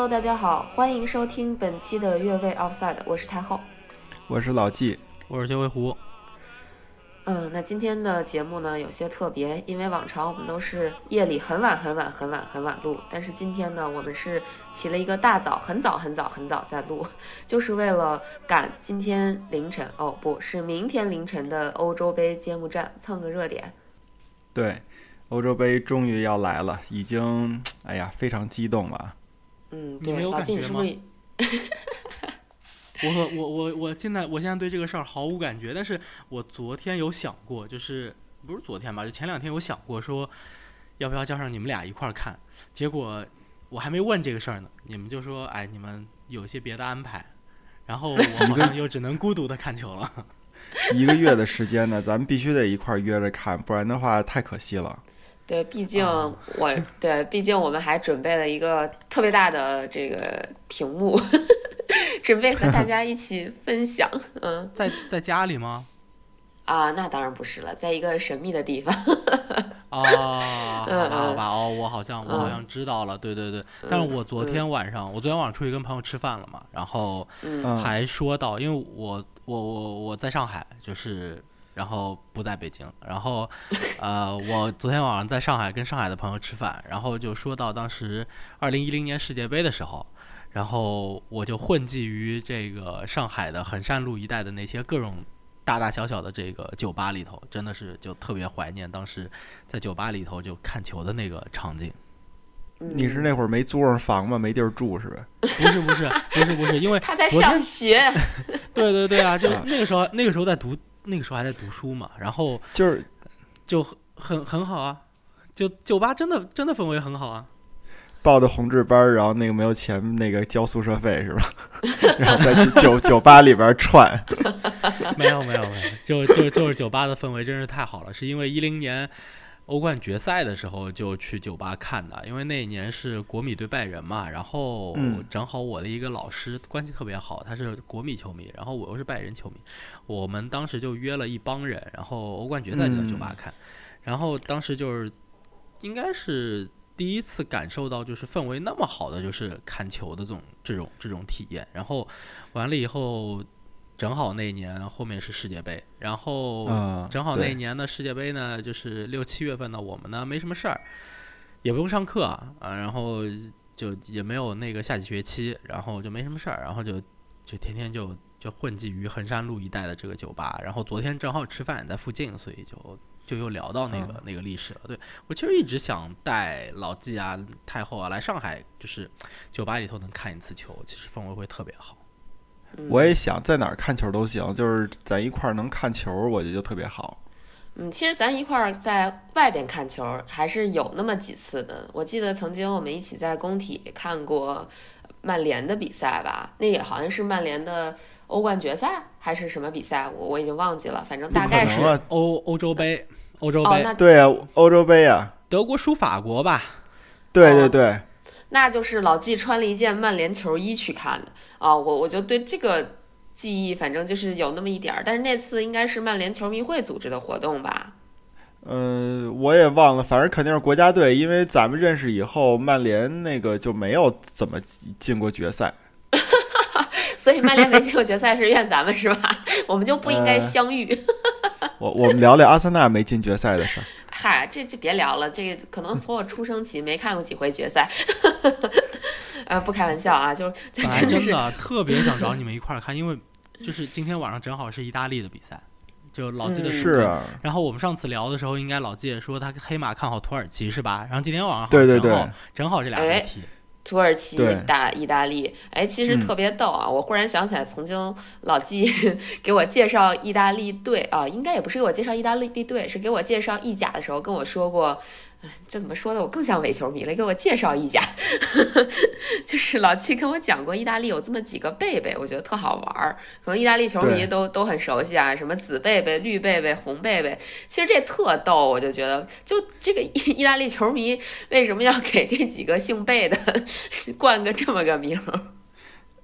Hello， 大家好，欢迎收听本期的越位 Offside， 我是太后， 我是老纪， 我是九尾狐。 那今天的节目呢有些特别，因为往常我们都是夜里很晚录，但是今天呢我们是起了一个大早，很早在录，就是为了赶今天凌晨不是明天凌晨的欧洲杯揭幕战，蹭个热点。 对，欧洲杯终于要来了，已经非常激动了。 对，老纪你是不是？ 我现在对这个事儿毫无感觉，但是我昨天有想过，就是不是昨天吧，就前2天有想过说要不要叫上你们俩一块儿看，结果我还没问这个事儿呢，你们就说你们有些别的安排，然后我好像又只能孤独的看球了。 1个月的时间呢，咱们必须得一块儿约着看，不然的话太可惜了。 对，毕竟我们还准备了一个特别大的这个屏幕，准备和大家一起分享。 在家里吗？ 那当然不是了，在一个神秘的地方。 好吧，我好像知道了，对。但是我昨天晚上出去跟朋友吃饭了嘛，然后还说到，因为我在上海，就是然后不在北京，然后我昨天晚上在上海跟上海的朋友吃饭，然后就说到当时2010年世界杯的时候，然后我就混迹于这个上海的衡山路一带的那些各种大大小小的这个酒吧里头，真的是就特别怀念当时在酒吧里头就看球的那个场景。 你是那会儿没租上房吗？没地儿住是吧？ 不是，因为他在上学。 对啊，就那个时候还在读书嘛，然后就很好啊，就酒吧真的氛围很好啊。 报的宏志班，然后那个没有钱那个交宿舍费是吧？然后在酒吧里边串。 没有，就是酒吧的氛围真是太好了，是因为2010年欧冠决赛的时候就去酒吧看的，因为那一年是国米对拜仁嘛，然后正好我的一个老师关系特别好，他是国米球迷，然后我又是拜仁球迷，我们当时就约了一帮人，然后欧冠决赛就在酒吧看，然后当时就是应该是第一次感受到就是氛围那么好的就是看球的这种体验，然后完了以后正好那一年后面是世界杯，然后正好那一年的世界杯呢，就是6、7月份呢，我们呢没什么事儿，也不用上课然后就也没有那个夏季学期，然后就没什么事儿，然后就天天就混迹于衡山路一带的这个酒吧，然后昨天正好吃饭也在附近，所以就又聊到那个历史了。对，我其实一直想带老纪啊、太后啊来上海，就是酒吧里头能看一次球，其实氛围会特别好。 我也想在哪儿看球都行，就是咱一块儿能看球，我觉得就特别好。 其实咱一块儿在外边看球还是有那么几次的。我记得曾经我们一起在工体看过曼联的比赛吧，那也好像是曼联的欧冠决赛还是什么比赛，我已经忘记了，反正大概是欧洲杯。 对啊，欧洲杯啊， 德国输法国吧？ 对。 那就是老纪穿了一件曼联球衣去看的我就对这个记忆反正就是有那么一点儿，但是那次应该是曼联球迷会组织的活动吧？ 我也忘了，反正肯定是国家队，因为咱们认识以后，曼联那个就没有怎么进过决赛。 所以曼联没进过决赛是怨咱们是吧？我们就不应该相遇。 我们聊聊阿森纳没进决赛的事儿。 嗨，这别聊了，这个可能从我出生起没看过几回决赛。不开玩笑啊，就真的特别想找你们一块儿看，因为就是今天晚上正好是意大利的比赛，就老纪的是啊。 然后我们上次聊的时候，应该老纪也说他黑马看好土耳其是吧？然后今天晚上对正好这俩问题。 土耳其打意大利，其实特别逗啊！我忽然想起来，曾经老纪给我介绍意大利队应该也不是给我介绍意大利队，是给我介绍意甲的时候跟我说过。这怎么说呢？我更像伪球迷了。给我介绍意甲，就是老纪跟我讲过，意大利有这么几个贝贝，我觉得特好玩。可能意大利球迷都很熟悉啊，什么紫贝贝、绿贝贝、红贝贝。其实这特逗，我就觉得，就这个意大利球迷为什么要给这几个姓贝的冠个这么个名？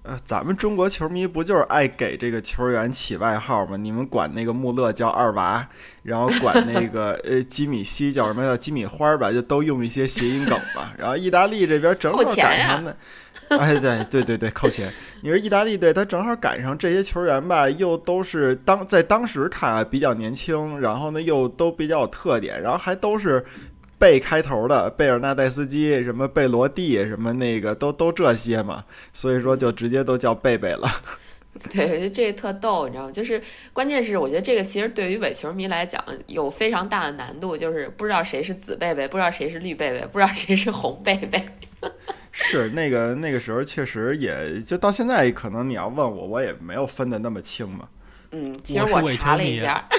咱们中国球迷不就是爱给这个球员起外号吗？你们管那个穆勒叫二娃，然后管那个基米希叫什么叫基米花吧，就都用一些谐音梗吧。然后意大利这边正好赶上的，哎，对，扣钱。你说意大利队，他正好赶上这些球员吧，又都是在当时看啊比较年轻，然后呢又都比较有特点，然后还都是贝开头的，贝尔纳代斯基、什么贝罗蒂、什么那个都这些嘛，所以说就直接都叫贝贝了。 对，这个特逗，你知道吗？就是关键是我觉得这个其实对于伪球迷来讲有非常大的难度，就是不知道谁是紫贝贝，不知道谁是绿贝贝，不知道谁是红贝贝。 是那个时候确实也就到现在，可能你要问我，我也没有分得那么清嘛。 其实我查了一下。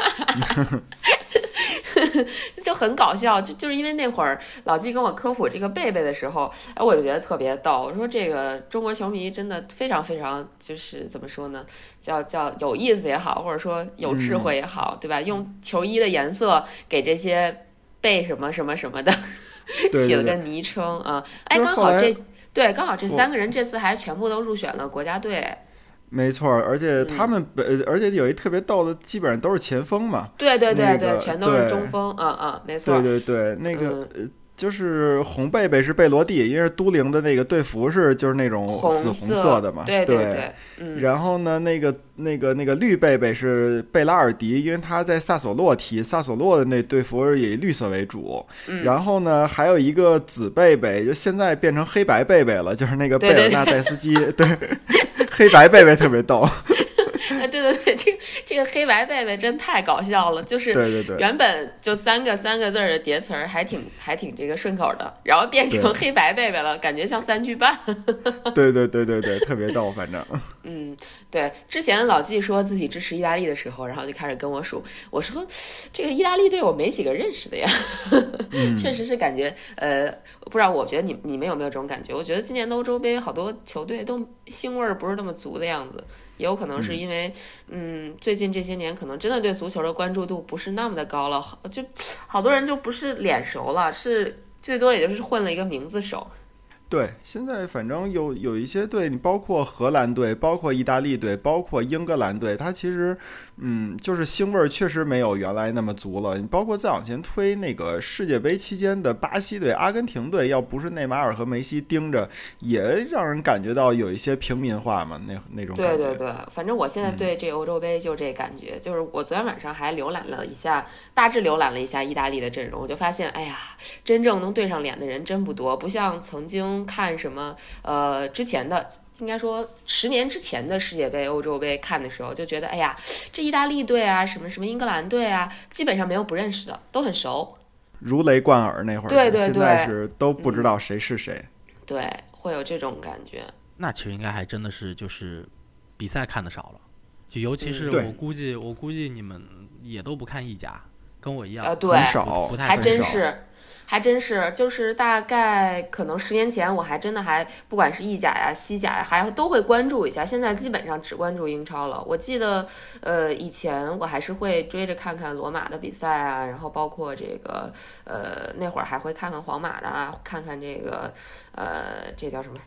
就很搞笑，就是因为那会儿老纪跟我科普这个贝贝的时候，我就觉得特别逗。我说这个中国球迷真的非常非常，就是怎么说呢，叫有意思也好，或者说有智慧也好，对吧？用球衣的颜色给这些贝什么什么什么的起了个昵称啊。哎，刚好这3个人这次还全部都入选了国家队。 没错，而且他们而且有一特别逗的，基本上都是前锋嘛。 对，全都是中锋，没错。 对，那个就是红贝贝是贝罗蒂，因为都灵的那个队服就是那种紫红色的嘛。 对。 然后呢，那个绿贝贝是贝拉尔迪，因为他在萨索洛踢，萨索洛的那队服以绿色为主。然后呢，还有一个紫贝贝，就现在变成黑白贝贝了，就是那个贝尔纳代斯基。对。黑白贝贝特别逗。 对，这个黑白贝贝真太搞笑了，就是原本就三个字的叠词儿，还挺这个顺口的，然后变成黑白贝贝了，感觉像3句半。 对，特别逗，反正。 对，之前老纪说自己支持意大利的时候，然后就开始跟我数，我说这个意大利队我没几个认识的呀。确实是感觉不知道，我觉得你们有没有这种感觉？我觉得今年的欧洲杯好多球队都腥味儿不是那么足的样子。也有可能是因为最近这些年可能真的对足球的关注度不是那么的高了，就好多人就不是脸熟了，是最多也就是混了一个名字熟。 对，现在反正有一些队，你包括荷兰队，包括意大利队，包括英格兰队，它其实就是腥味确实没有原来那么足了。你包括再往前推那个世界杯期间的巴西队、阿根廷队，要不是内马尔和梅西盯着，也让人感觉到有一些平民化嘛，那种感觉。 对，反正我现在对这欧洲杯就这感觉，就是我昨天晚上还大致浏览了一下意大利的阵容，我就发现，哎呀，真正能对上脸的人真不多，不像曾经看什么之前的，应该说10年之前的世界杯、欧洲杯看的时候，就觉得哎呀，这意大利队啊，什么英格兰队啊，基本上没有不认识的，都很熟， 如雷贯耳那会儿。 对， 现在是都不知道谁是谁。 对，会有这种感觉。 那其实应该还真的是就是比赛看的少了，就尤其是我估计你们也都不看意甲，跟我一样， 对， 很少， 不太还真是，就是大概可能10年前，我还真的不管是意甲呀、西甲呀，还都会关注一下。现在基本上只关注英超了。我记得，以前我还是会追着看看罗马的比赛啊，然后包括这个，那会儿还会看看皇马的啊，看看这个，这叫什么，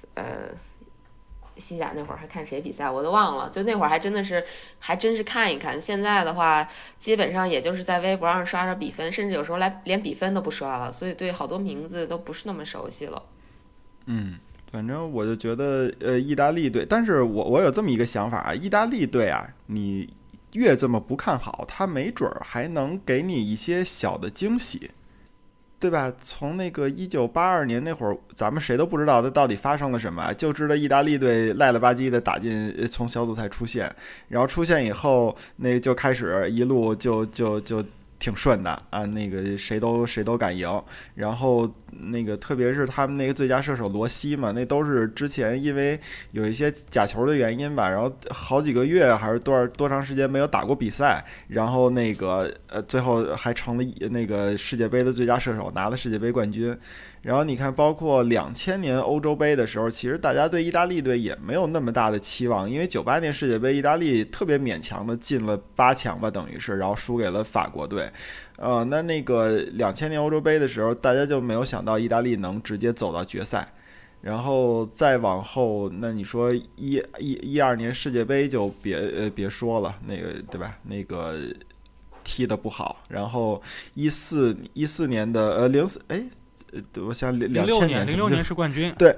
西甲那会儿还看谁比赛我都忘了，就那会儿还真是看一看。现在的话基本上也就是在微博上刷刷比分，甚至有时候连比分都不刷了，所以对好多名字都不是那么熟悉了。 反正我就觉得意大利队，但是我有这么一个想法啊，意大利队啊，你越这么不看好，他没准还能给你一些小的惊喜，对吧？从那个1982年那会儿，咱们谁都不知道它到底发生了什么，就知道意大利队赖了吧唧的打进，从小组赛出现，然后出现以后，那就开始一路就挺顺的啊，那个谁都敢赢，然后那个特别是他们那个最佳射手罗西嘛，那都是之前因为有一些假球的原因吧，然后好几个月还是多长时间没有打过比赛，然后那个最后还成了那个世界杯的最佳射手，拿了世界杯冠军。然后你看，包括2000年欧洲杯的时候，其实大家对意大利队也没有那么大的期望，因为98年世界杯意大利特别勉强的进了8强吧，等于是，然后输给了法国队。那个2000年欧洲杯的时候，大家就没有想到意大利能直接走到决赛。 然后再往后，那你说12年世界杯就别说了，那个对吧？那个踢得不好。然后14年的04我想 2006年是冠军。 对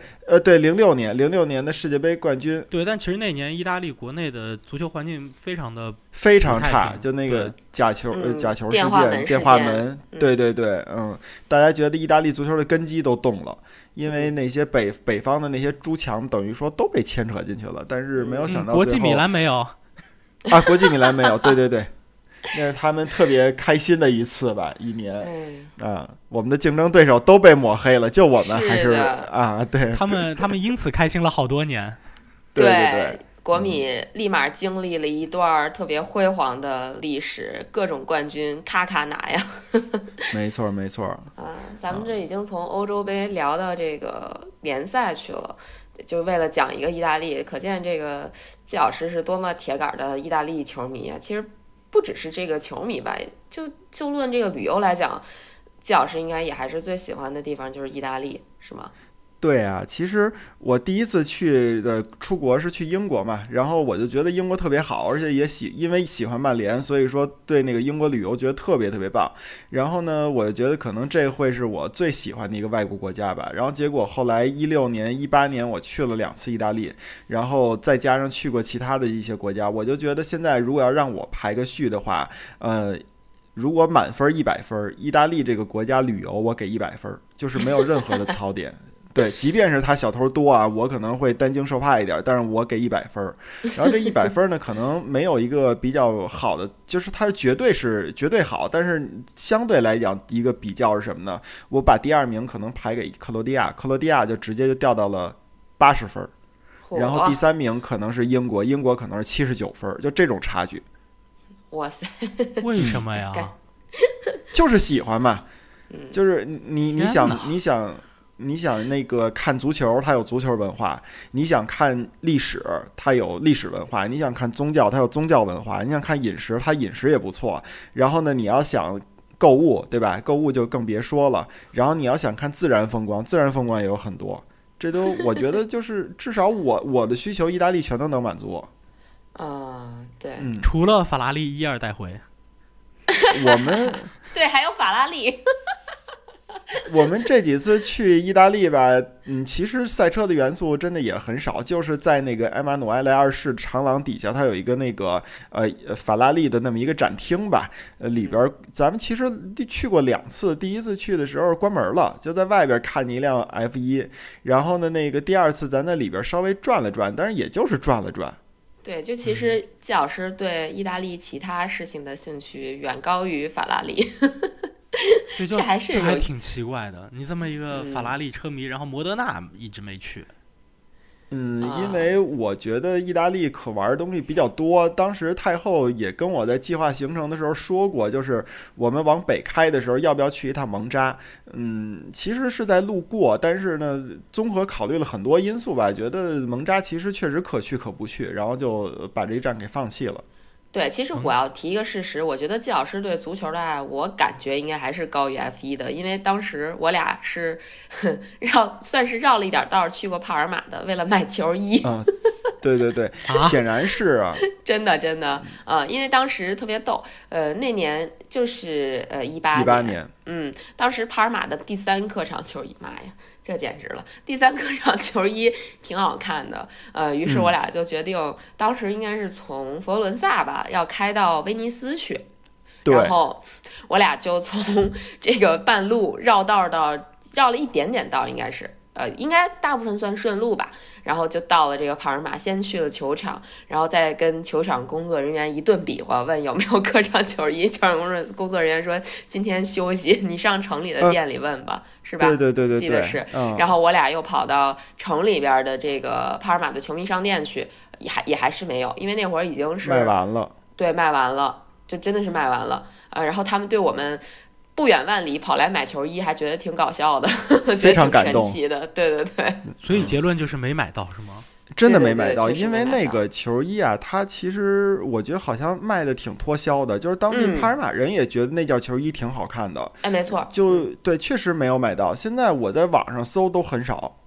，06年的世界杯冠军。 对，但其实那年意大利国内的足球环境非常差，就那个假球事件、电话门，对，大家觉得意大利足球的根基都动了，因为那些北方的那些诸强等于说都被牵扯进去了，但是没有想到国际米兰没有啊，国际米兰没有，对。那是他们特别开心的一次吧，一年我们的竞争对手都被抹黑了，就我们还是对， 他们因此开心了好多年。 对， 国米立马经历了一段特别辉煌的历史，各种冠军咔咔拿呀。 没错咱们这已经从欧洲杯聊到这个联赛去了，就为了讲一个意大利，可见这个季老师是多么铁杆的意大利球迷啊。其实不只是这个球迷吧，就论这个旅游来讲，季老师应该也还是最喜欢的地方就是意大利，是吗？ 对啊，其实我第一次出国是去英国嘛，然后我就觉得英国特别好，而且因为喜欢曼联，所以说对那个英国旅游觉得特别特别棒。然后呢，我就觉得可能这会是我最喜欢的一个外国国家吧。然后结果后来16年、18年我去了2次意大利，然后再加上去过其他的一些国家，我就觉得现在如果要让我排个序的话，如果满分100分，意大利这个国家旅游我给100分，就是没有任何的槽点。对，即便是他小偷多啊，我可能会担惊受怕一点，但是我给100分。然后这100分呢，可能没有一个比较好的，就是它是绝对好，但是相对来讲一个比较是什么呢？我把第2名可能排给克罗地亚就直接就掉到了80分，然后第3名可能是英国可能是79分，就这种差距。 哇塞， 为什么呀？ 就是喜欢嘛，就是你想那个看足球，它有足球文化；你想看历史，它有历史文化；你想看宗教，它有宗教文化；你想看饮食，它饮食也不错。然后呢，你要想购物，对吧？购物就更别说了。然后你要想看自然风光，自然风光也有很多。这都我觉得就是至少我的需求，意大利全都能满足。 对， 除了法拉利1-2带回， 我们对还有法拉利。 我们这几次去意大利吧，其实赛车的元素真的也很少，就是在那个埃马努埃莱2世长廊底下，它有一个那个法拉利的那么一个展厅吧，里边咱们其实去过2次，第一次去的时候关门了，就在外边看见一辆 F1，然后呢那个第2次咱在里边稍微转了转，但是也就是转了转。 对，就其实季老师对意大利其他事情的兴趣远高于法拉利。 对， 这还挺奇怪的。你这么一个法拉利车迷，然后摩德纳一直没去。 因为我觉得意大利可玩的东西比较多。当时太后也跟我在计划行程的时候说过，就是我们往北开的时候要不要去一趟蒙扎。其实是在路过，但是呢，综合考虑了很多因素吧，觉得蒙扎其实确实可去可不去，然后就把这一站给放弃了。 对，其实我要提一个事实，我觉得季老师对足球的爱，我感觉应该还是高于 F1 的，因为当时我俩是算是绕了一点道去过帕尔马的，为了买球衣。 对，显然是啊， 真的因为当时特别逗，那年就是18年，当时帕尔马的第3客场球衣，妈呀！这简直了！第3客场球衣挺好看的，于是我俩就决定，当时应该是从佛罗伦萨吧，要开到威尼斯去，然后我俩就从这个半路绕了一点点道，应该是，应该大部分算顺路吧。然后就到了这个帕尔马，先去了球场，然后再跟球场工作人员一顿比划，问有没有客场球衣。球场工作人员说今天休息，你上城里的店里问吧，是吧？ 对， 记得是。然后我俩又跑到城里边的这个帕尔马的球迷商店去，也还是没有，因为那会儿已经是卖完了。对， 卖完了，就真的是卖完了。然后他们对我们不远万里跑来买球衣，还觉得挺搞笑的， 非常感动， 神奇的。对。 所以结论就是没买到，是吗？ 真的没买到，因为那个球衣啊，它其实我觉得好像卖的挺脱销的，就是当地帕尔马人也觉得那件球衣挺好看的。 没错， 就对，确实没有买到。现在我在网上搜都很少。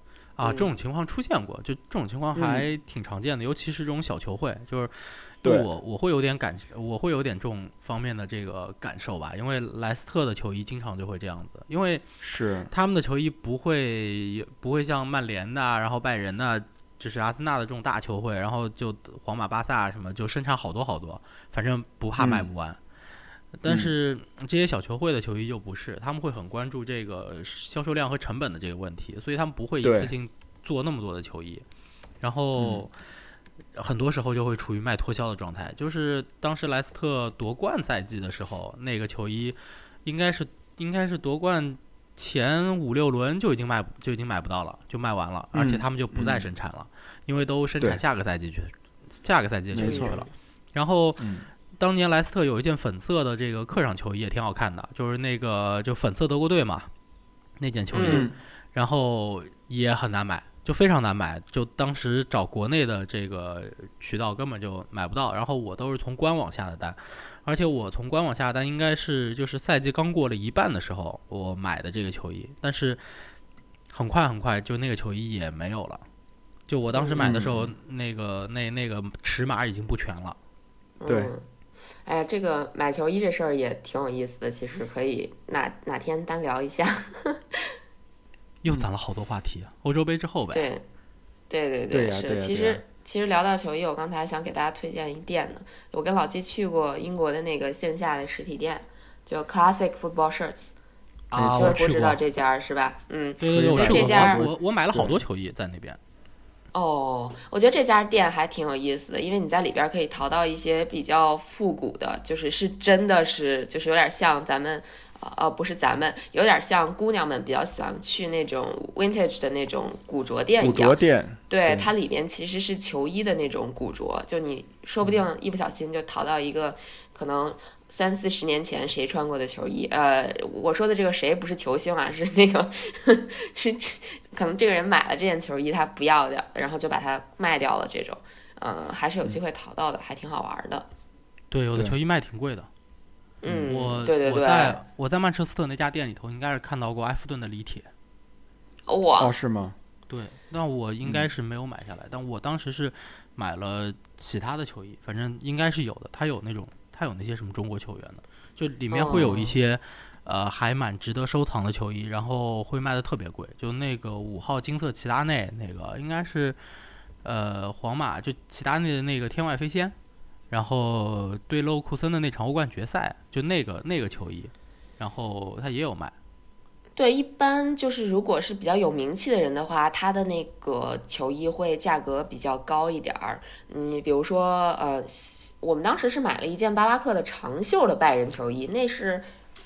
这种情况出现过，就这种情况还挺常见的，尤其是这种小球会，就是我会有点这种方面的这个感受吧，因为莱斯特的球衣经常就会这样子，因为是他们的球衣不会像曼联的，然后拜仁的，就是阿森纳的这种大球会，然后就皇马、巴萨什么就生产好多，反正不怕卖不完。但是这些小球会的球衣就不是，他们会很关注这个销售量和成本的这个问题，所以他们不会一次性做那么多的球衣，然后很多时候就会处于卖脱销的状态。就是当时莱斯特夺冠赛季的时候，那个球衣应该是夺冠前5-6轮就已经买不到了，就卖完了，而且他们就不再生产了，因为都生产下个赛季的球衣去了。然后当年莱斯特有一件粉色的这个客场球衣也挺好看的，就是那个就粉色德国队嘛那件球衣，然后也很难买，就非常难买，就当时找国内的这个渠道根本就买不到，然后我都是从官网下的单，而且我从官网下的单应该是就是赛季刚过了一半的时候我买的这个球衣，但是很快就那个球衣也没有了，就我当时买的时候那个尺码已经不全了。 对。 哎，这个买球衣这事儿也挺有意思的，其实可以哪天单聊一下。 又攒了好多话题，欧洲杯之后呗。 对，是。其实聊到球衣，我刚才想给大家推荐一店呢。我跟老季去过英国的那个线下的实体店，叫 Classic Football Shirts。我不知道这家是吧？ 对，我去过，我买了好多球衣在那边。 我觉得这家店还挺有意思的，因为你在里边可以淘到一些比较复古的，就是真的是就是有点像咱们不是咱们，有点像姑娘们比较喜欢去那种 vintage 的那种古着店一样。 古着店， 对，它里面其实是球衣的那种古着，就你说不定一不小心就淘到一个可能30-40年前谁穿过的球衣。我说的这个谁不是球星啊，是那个是可能这个人买了这件球衣他不要的，然后就把它卖掉了，这种还是有机会淘到的，还挺好玩的。 对，有的球衣卖挺贵的。 对， 我在曼彻斯特那家店里头应该是看到过埃弗顿的李铁。 是吗？ 对，但我应该是没有买下来，但我当时是买了其他的球衣，反正应该是有的。他有那些什么中国球员的，就里面会有一些还蛮值得收藏的球衣，然后会卖的特别贵。就那个5号金色齐达内，那个应该是皇马就齐达内的那个天外飞仙。然后对勒沃库森的那场欧冠决赛，就那个球衣，然后他也有卖。 对，一般就是如果是比较有名气的人的话，他的那个球衣会价格比较高一点儿。比如说我们当时是买了一件巴拉克的长袖的拜仁球衣，那是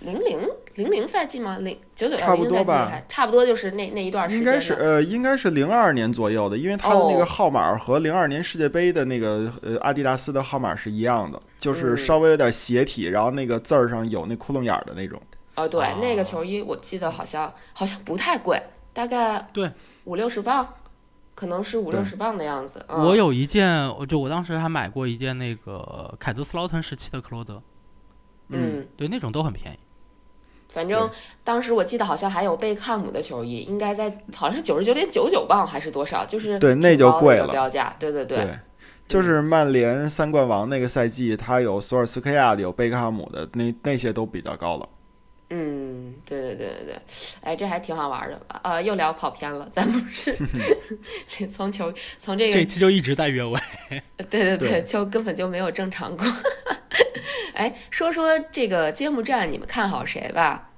00赛季吗？99到00赛季还差不多，就是那一段时间。 应该是02年左右的，因为它的那个号码和02年世界杯的那个阿迪达斯的号码是一样的，就是稍微有点斜体，然后那个字儿上有那窟窿眼的那种。 对，那个球衣我记得好像不太贵，大概对 50-60磅，可能是50-60磅的样子。 我有一件，就我当时还买过一件那个凯泽斯劳滕时期的克罗泽。对，那种都很便宜。 反正当时我记得好像还有贝克汉姆的球衣，应该好像是99.99磅还是多少，就是对，那就贵了标价。对， 就是曼联3冠王那个赛季，他有索尔斯克亚的，有贝克汉姆的，那些都比较高了。 对，哎，这还挺好玩的。又聊跑偏了，咱不是从这个这期就一直在越位。 对，就根本就没有正常过。哎，说这个揭幕战，你们看好谁吧？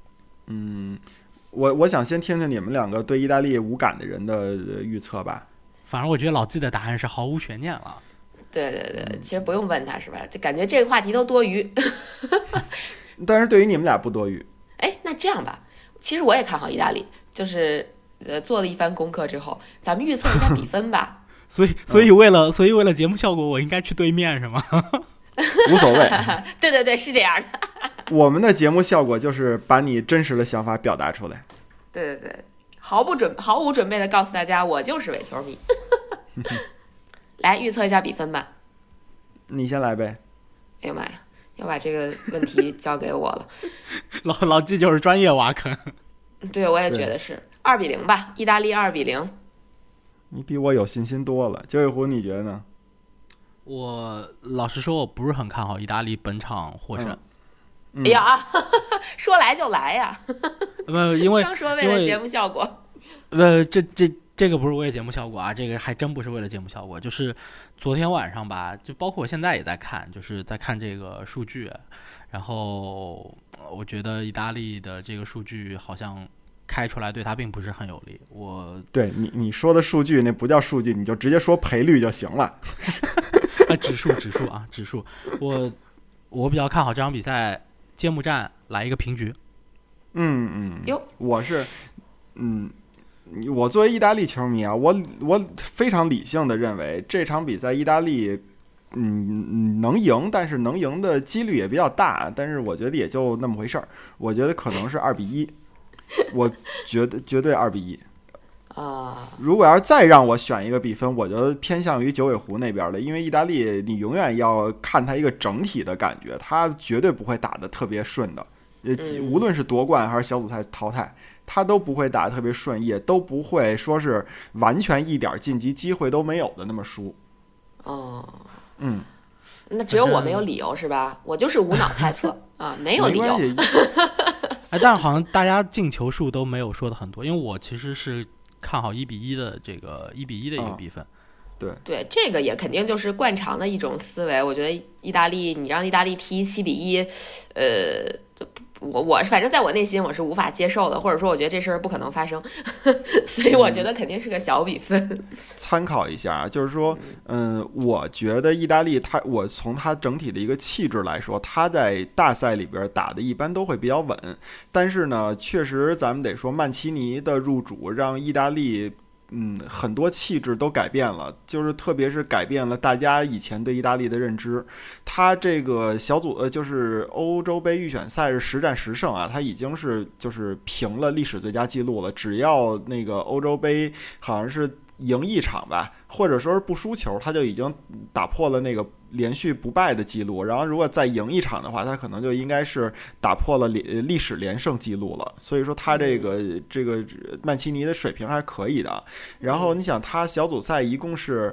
我想先听听你们两个对意大利无感的人的预测吧。 反正我觉得老季的答案是毫无悬念了。 对，其实不用问他是吧？就感觉这个话题都多余。 但是对于你们俩不多余。 哎，那这样吧，其实我也看好意大利，就是做了一番功课之后，咱们预测一下比分吧。 所以为了节目效果，我应该去对面是吗？ 无所谓。 对，是这样的。 我们的节目效果就是把你真实的想法表达出来。 对，毫无准备的告诉大家，我就是伪球迷。来预测一下比分吧。 你先来呗。 哎呀妈呀！要把这个问题交给我了。 老季就是专业挖坑。 对，我也觉得是2-0吧，意大利2-0。 你比我有信心多了。九尾狐，你觉得呢？ 我老实说，我不是很看好意大利本场获胜。 哎呀，说来就来呀！ 因为刚说为了节目效果。 这个不是为了节目效果啊，这个还真不是为了节目效果。就是昨天晚上吧，就包括我现在也在看，就是在看这个数据，然后我觉得意大利的这个数据好像开出来对他并不是很有利。 对你说的数据那不叫数据，你就直接说赔率就行了。 指数，我比较看好这场比赛揭幕战来一个平局。 我作为意大利球迷啊，我非常理性的认为这场比赛意大利能赢，但是能赢的几率也比较大，但是我觉得也就那么回事儿。我觉得可能是2-1，我觉得绝对2-1。如果要是再让我选一个比分，我就偏向于九尾狐那边了，因为意大利你永远要看他一个整体的感觉，他绝对不会打得特别顺的，无论是夺冠还是小组赛淘汰，他都不会打得特别顺，也都不会说是完全一点晋级机会都没有的那么输。 那只有我没有理由是吧？我就是无脑猜测啊，没有理由。 但是好像大家进球数都没有说的很多，因为我其实是看好1-1的这个1-1的一个比分。 对，这个也肯定就是惯常的一种思维。我觉得意大利，你让意大利踢7-1，我反正在我内心我是无法接受的，或者说我觉得这事儿不可能发生，所以我觉得肯定是个小比分。 参考一下，就是说，我觉得意大利我从他整体的一个气质来说，他在大赛里边打的一般都会比较稳，但是呢，确实咱们得说曼奇尼的入主让意大利。很多气质都改变了，就是特别是改变了大家以前对意大利的认知。他这个小组就是欧洲杯预选赛是10战10胜啊，他已经是就是平了历史最佳记录了。只要那个欧洲杯好像是赢一场吧，或者说是不输球，他就已经打破了那个连续不败的记录。然后如果再赢一场的话，他可能就应该是打破了历史连胜记录了。所以说他这个曼奇尼的水平还是可以的。然后你想他小组赛一共是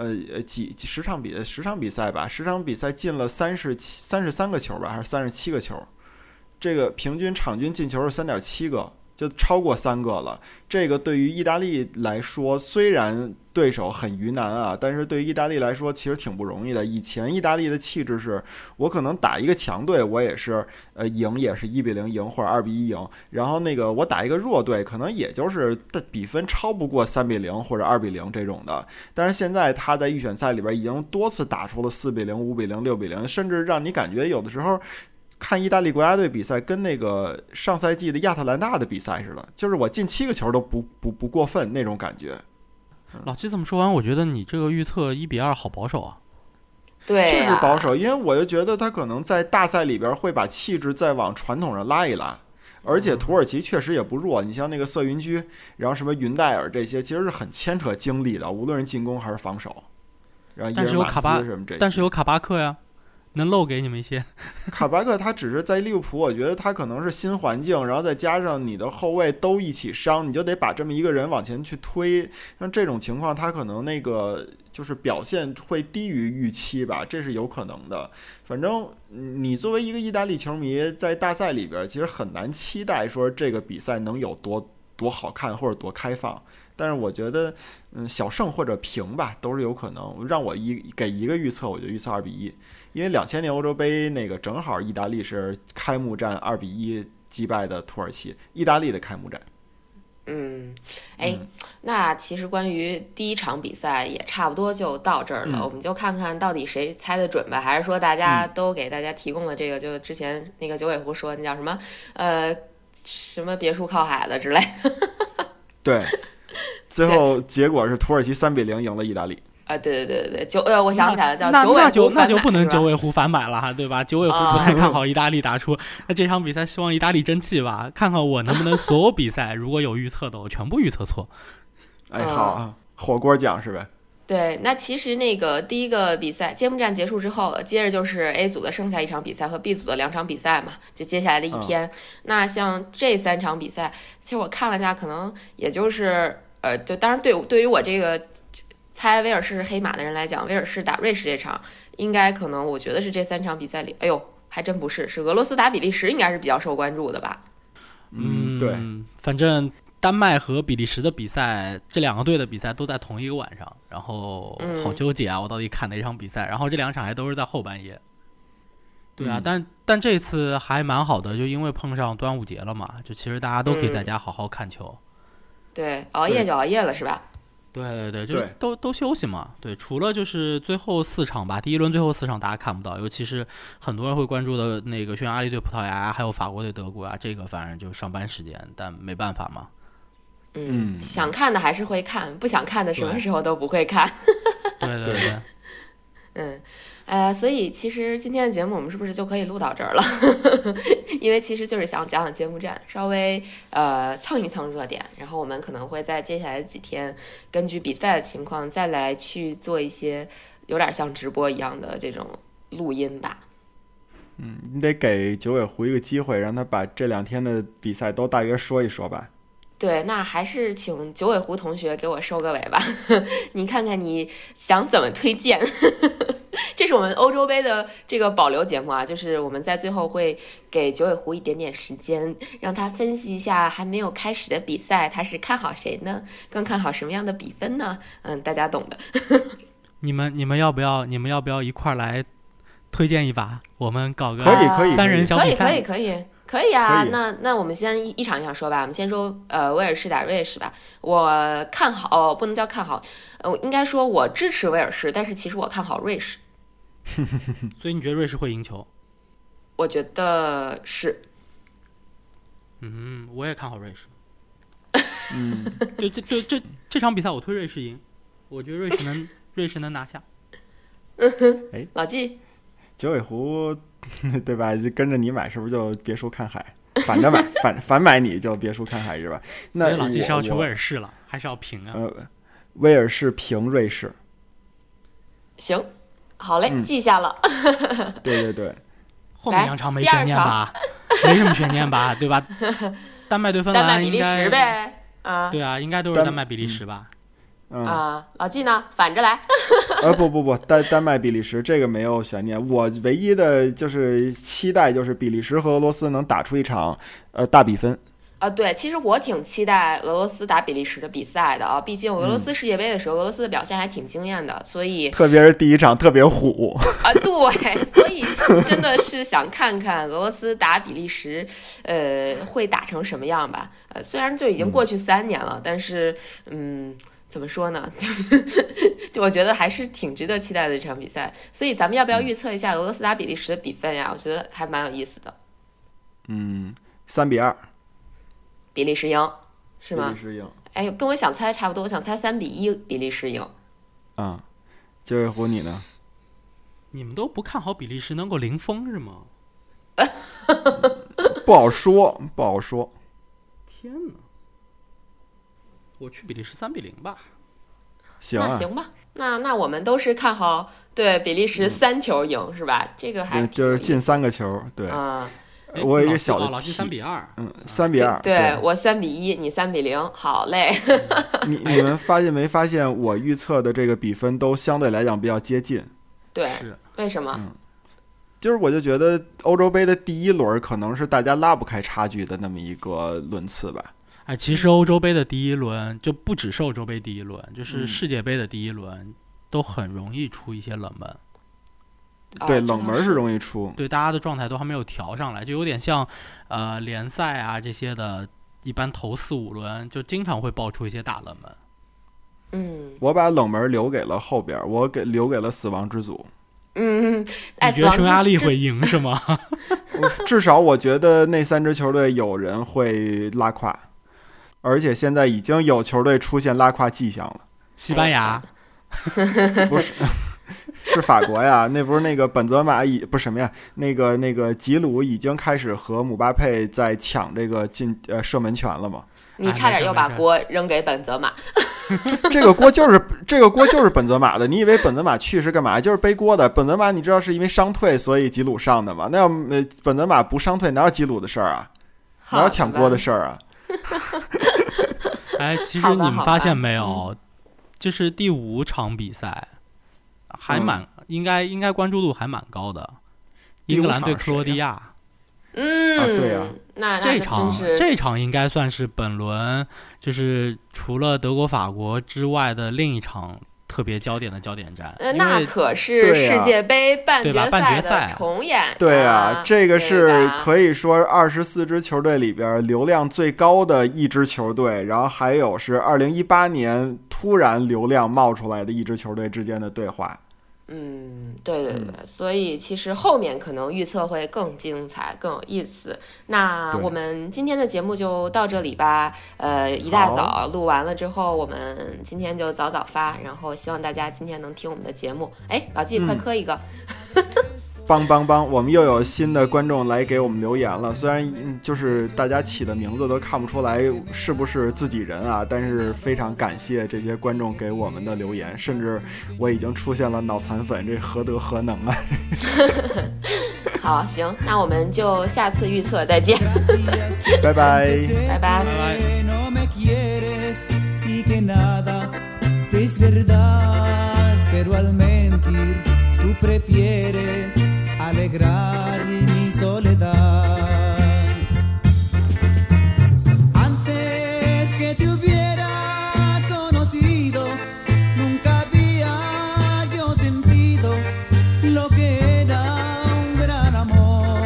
10场比赛吧，10场比赛进了33个球吧，还是37个球？这个平均场均进球是3.7个。就超过3个了，这个对于意大利来说，虽然对手很鱼腩啊，但是对于意大利来说其实挺不容易的。以前意大利的气质是，我可能打一个强队，我也是赢也是1-0赢或者2-1赢，然后那个我打一个弱队，可能也就是比分超不过3-0或者2-0这种的。但是现在他在预选赛里边已经多次打出了4-0、5-0、6-0，甚至让你感觉有的时候。看意大利国家队比赛跟那个上赛季的亚特兰大的比赛似的，就是我进7个球都不过分那种感觉。 老七这么说完，我觉得你这个预测1-2好保守啊。 对， 确实保守，因为我就觉得他可能在大赛里边会把气质再往传统上拉一拉。而且土耳其确实也不弱，你像那个瑟云居，然后什么云戴尔这些，其实是很牵扯精力的，无论是进攻还是防守。然后伊尔马兹什么这些， 但是有卡巴克呀。能漏给你们一些。 卡巴克他只是在利物浦，我觉得他可能是新环境，然后再加上你的后卫都一起伤，你就得把这么一个人往前去推。像这种情况，他可能那个就是表现会低于预期吧，这是有可能的。反正你作为一个意大利球迷，在大赛里边其实很难期待说这个比赛能有多好看或者多开放。但是我觉得，小胜或者平吧，都是有可能。让我给一个预测，我就预测2-1，因为2000年欧洲杯那个正好意大利是开幕战2-1击败的土耳其，意大利的开幕战。 那其实关于第一场比赛也差不多就到这儿了，我们就看看到底谁猜的准吧，还是说大家都给大家提供了这个，就之前那个九尾狐说那叫什么什么别墅靠海的之类的。 对。最后结果是土耳其3-0赢了意大利啊！对，我想起来了，叫九尾狐那就不能九尾狐反买了哈，对吧？九尾狐不太看好意大利打出，那这场比赛希望意大利争气吧，看看我能不能所有比赛如果有预测的，我全部预测错。 好啊，火锅奖是呗？ 对，那其实那个第一个比赛揭幕战结束之后，接着就是 A 组的剩下一场比赛和 B 组的2场比赛嘛，就接下来的一天。那像这3场比赛，其实我看了一下，可能也就是就当然对于我这个猜威尔士是黑马的人来讲，威尔士打瑞士这场应该可能我觉得是这3场比赛里，哎呦还真不是，是俄罗斯打比利时应该是比较受关注的吧。 对， 反正丹麦和比利时的比赛，这2个队的比赛都在同一个晚上，然后好纠结啊，我到底看哪场比赛？然后这2场还都是在后半夜。对啊，但这次还蛮好的，就因为碰上端午节了嘛，就其实大家都可以在家好好看球。 对，熬夜就熬夜了是吧？ 对，就都休息嘛。对，除了就是最后4场吧，第一轮最后4场大家看不到，尤其是很多人会关注的那个匈牙利对葡萄牙，还有法国对德国啊，这个反正就上班时间，但没办法嘛。 想看的还是会看，不想看的什么时候都不会看。 对。 所以其实今天的节目我们是不是就可以录到这儿了？因为其实就是想讲讲节目站，稍微蹭一蹭热点，然后我们可能会在接下来几天根据比赛的情况再来去做一些有点像直播一样的这种录音吧。 你得给九尾狐一个机会，让他把这2天的比赛都大约说一说吧。 对，那还是请九尾狐同学给我收个尾吧。你看看你想怎么推荐。这是我们欧洲杯的这个保留节目啊，就是我们在最后会给九尾狐一点点时间，让他分析一下还没有开始的比赛，他是看好谁呢？更看好什么样的比分呢？大家懂的。 你们要不要一块儿来推荐一把？我们搞个可以 3人小比赛。 可以啊。那我们先一场一场说吧。我们先说威尔士打瑞士吧。我看好，不能叫看好，应该说我支持威尔士，但是其实我看好瑞士。 所以你觉得瑞士会赢球？ 我觉得是。 我也看好瑞士。对，这场比赛我推瑞士赢，我觉得瑞士能拿下。 老纪， 九尾狐对吧？跟着你买是不是就别墅看海？反着买，反买你就别墅看海是吧？那所以老纪是要去威尔士了，还是要平啊？ 威尔士平瑞士。 行。好嘞，记下了。 对， 后面2场没悬念吧？没什么悬念吧，对吧？丹麦对芬兰， 丹麦比利时呗。 对啊，应该都是丹麦比利时吧？ 老纪呢？反着来。 不，丹麦比利时这个没有悬念。我唯一的就是期待就是比利时和俄罗斯能打出一场大比分。 对，其实我挺期待俄罗斯打比利时的比赛的啊，毕竟俄罗斯世界杯的时候，俄罗斯的表现还挺惊艳的，所以特别是第一场特别虎对，所以真的是想看看俄罗斯打比利时，会打成什么样吧？虽然就已经过去3年了，但是怎么说呢？就我觉得还是挺值得期待的这场比赛，所以咱们要不要预测一下俄罗斯打比利时的比分呀？我觉得还蛮有意思的。 3-2。 比利时赢，是吗？ 比利时赢。 哎，跟我想猜差不多，我想猜3-1比利时赢。 九尾狐你呢？ 你们都不看好比利时能够零封是吗？ 不好说。 天哪！我去比利时3-0吧。 行啊， 那行吧，那我们都是看好对比利时3球赢，是吧？这个还就是进3个球，对。我有一个小的老纪3-2 ，3-2。 对，我3-1，你3-0，好嘞。 你们发现没发现我预测的这个比分都相对来讲比较接近？ 对，为什么？ 就是我就觉得欧洲杯的第一轮可能是大家拉不开差距的那么一个轮次吧。 其实欧洲杯的第一轮就不只是欧洲杯第一轮，就是世界杯的第一轮都很容易出一些冷门。 对，冷门是容易出。 对，大家的状态都还没有调上来，就有点像联赛啊这些的，一般头4-5轮就经常会爆出一些大冷门。 我把冷门留给了后边，我留给了死亡之组。 你觉得匈牙利会赢是吗？ 至少我觉得那3支球队有人会拉胯，而且现在已经有球队出现拉胯迹象了。 西班牙？ 不是。是法国呀，那不是那个本泽马不是什么呀？那个吉鲁已经开始和姆巴佩在抢这个射门权了吗？ 你差点又把锅扔给本泽马。 这个锅就是本泽马的。你以为本泽马去是干嘛？就是背锅的。本泽马你知道是因为伤退所以吉鲁上的吗？那要本泽马不伤退哪有吉鲁的事儿啊？哪有抢锅的事儿啊？ 哎，其实你们发现没有，就是第5场比赛，还应该关注度还蛮高的，英格兰对克罗地亚。 对呀， 那这场应该算是本轮就是除了德国法国之外的另一场特别焦点战。 那可是世界杯半决赛的重演。 对啊，这个是可以说24支球队里边流量最高的一支球队，然后还有是2018年突然流量冒出来的一支球队之间的对话。 对，所以其实后面可能预测会更精彩更有意思。那我们今天的节目就到这里吧，一大早录完了之后，我们今天就早发，然后希望大家今天能听我们的节目。老季快磕一个帮！我们又有新的观众来给我们留言了，虽然就是大家起的名字都看不出来是不是自己人啊，但是非常感谢这些观众给我们的留言，甚至我已经出现了脑残粉，这何德何能啊好，行，那我们就下次预测再见拜拜拜拜。 Alegrar mi soledad. Antes que te hubiera conocido, nunca había yo sentido lo que era un gran amor.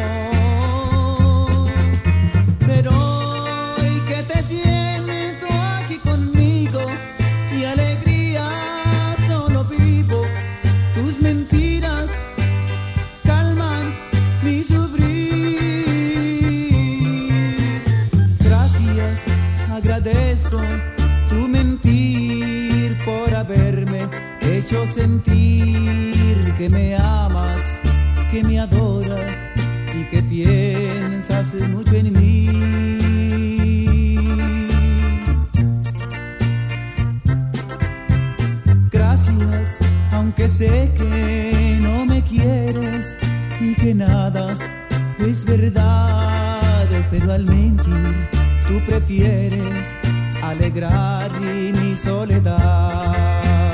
Pero hoy que te siento aquí conmigo y alegría solo vivo, tus mentiras mi sufrir. Gracias, agradezco tu mentir por haberme hecho sentir que me amas, que me adoras y que piensas mucho en mí. Gracias, aunque sé que no me quieres y que nada es verdad, pero al mentir tú prefieres alegrar mi soledad.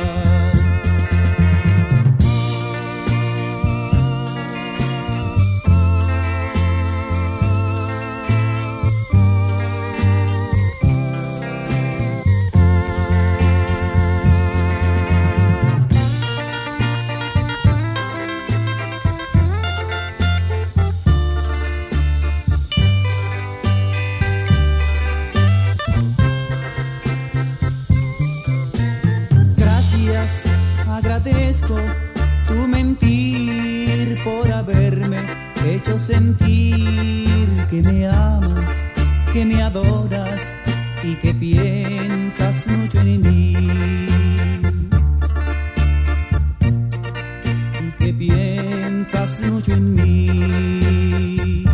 Agradezco tu mentir por haberme hecho sentir que me amas, que me adoras y que piensas mucho en mí. Y que piensas mucho en mí.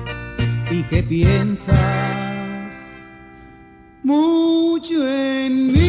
Y que piensas mucho en mí.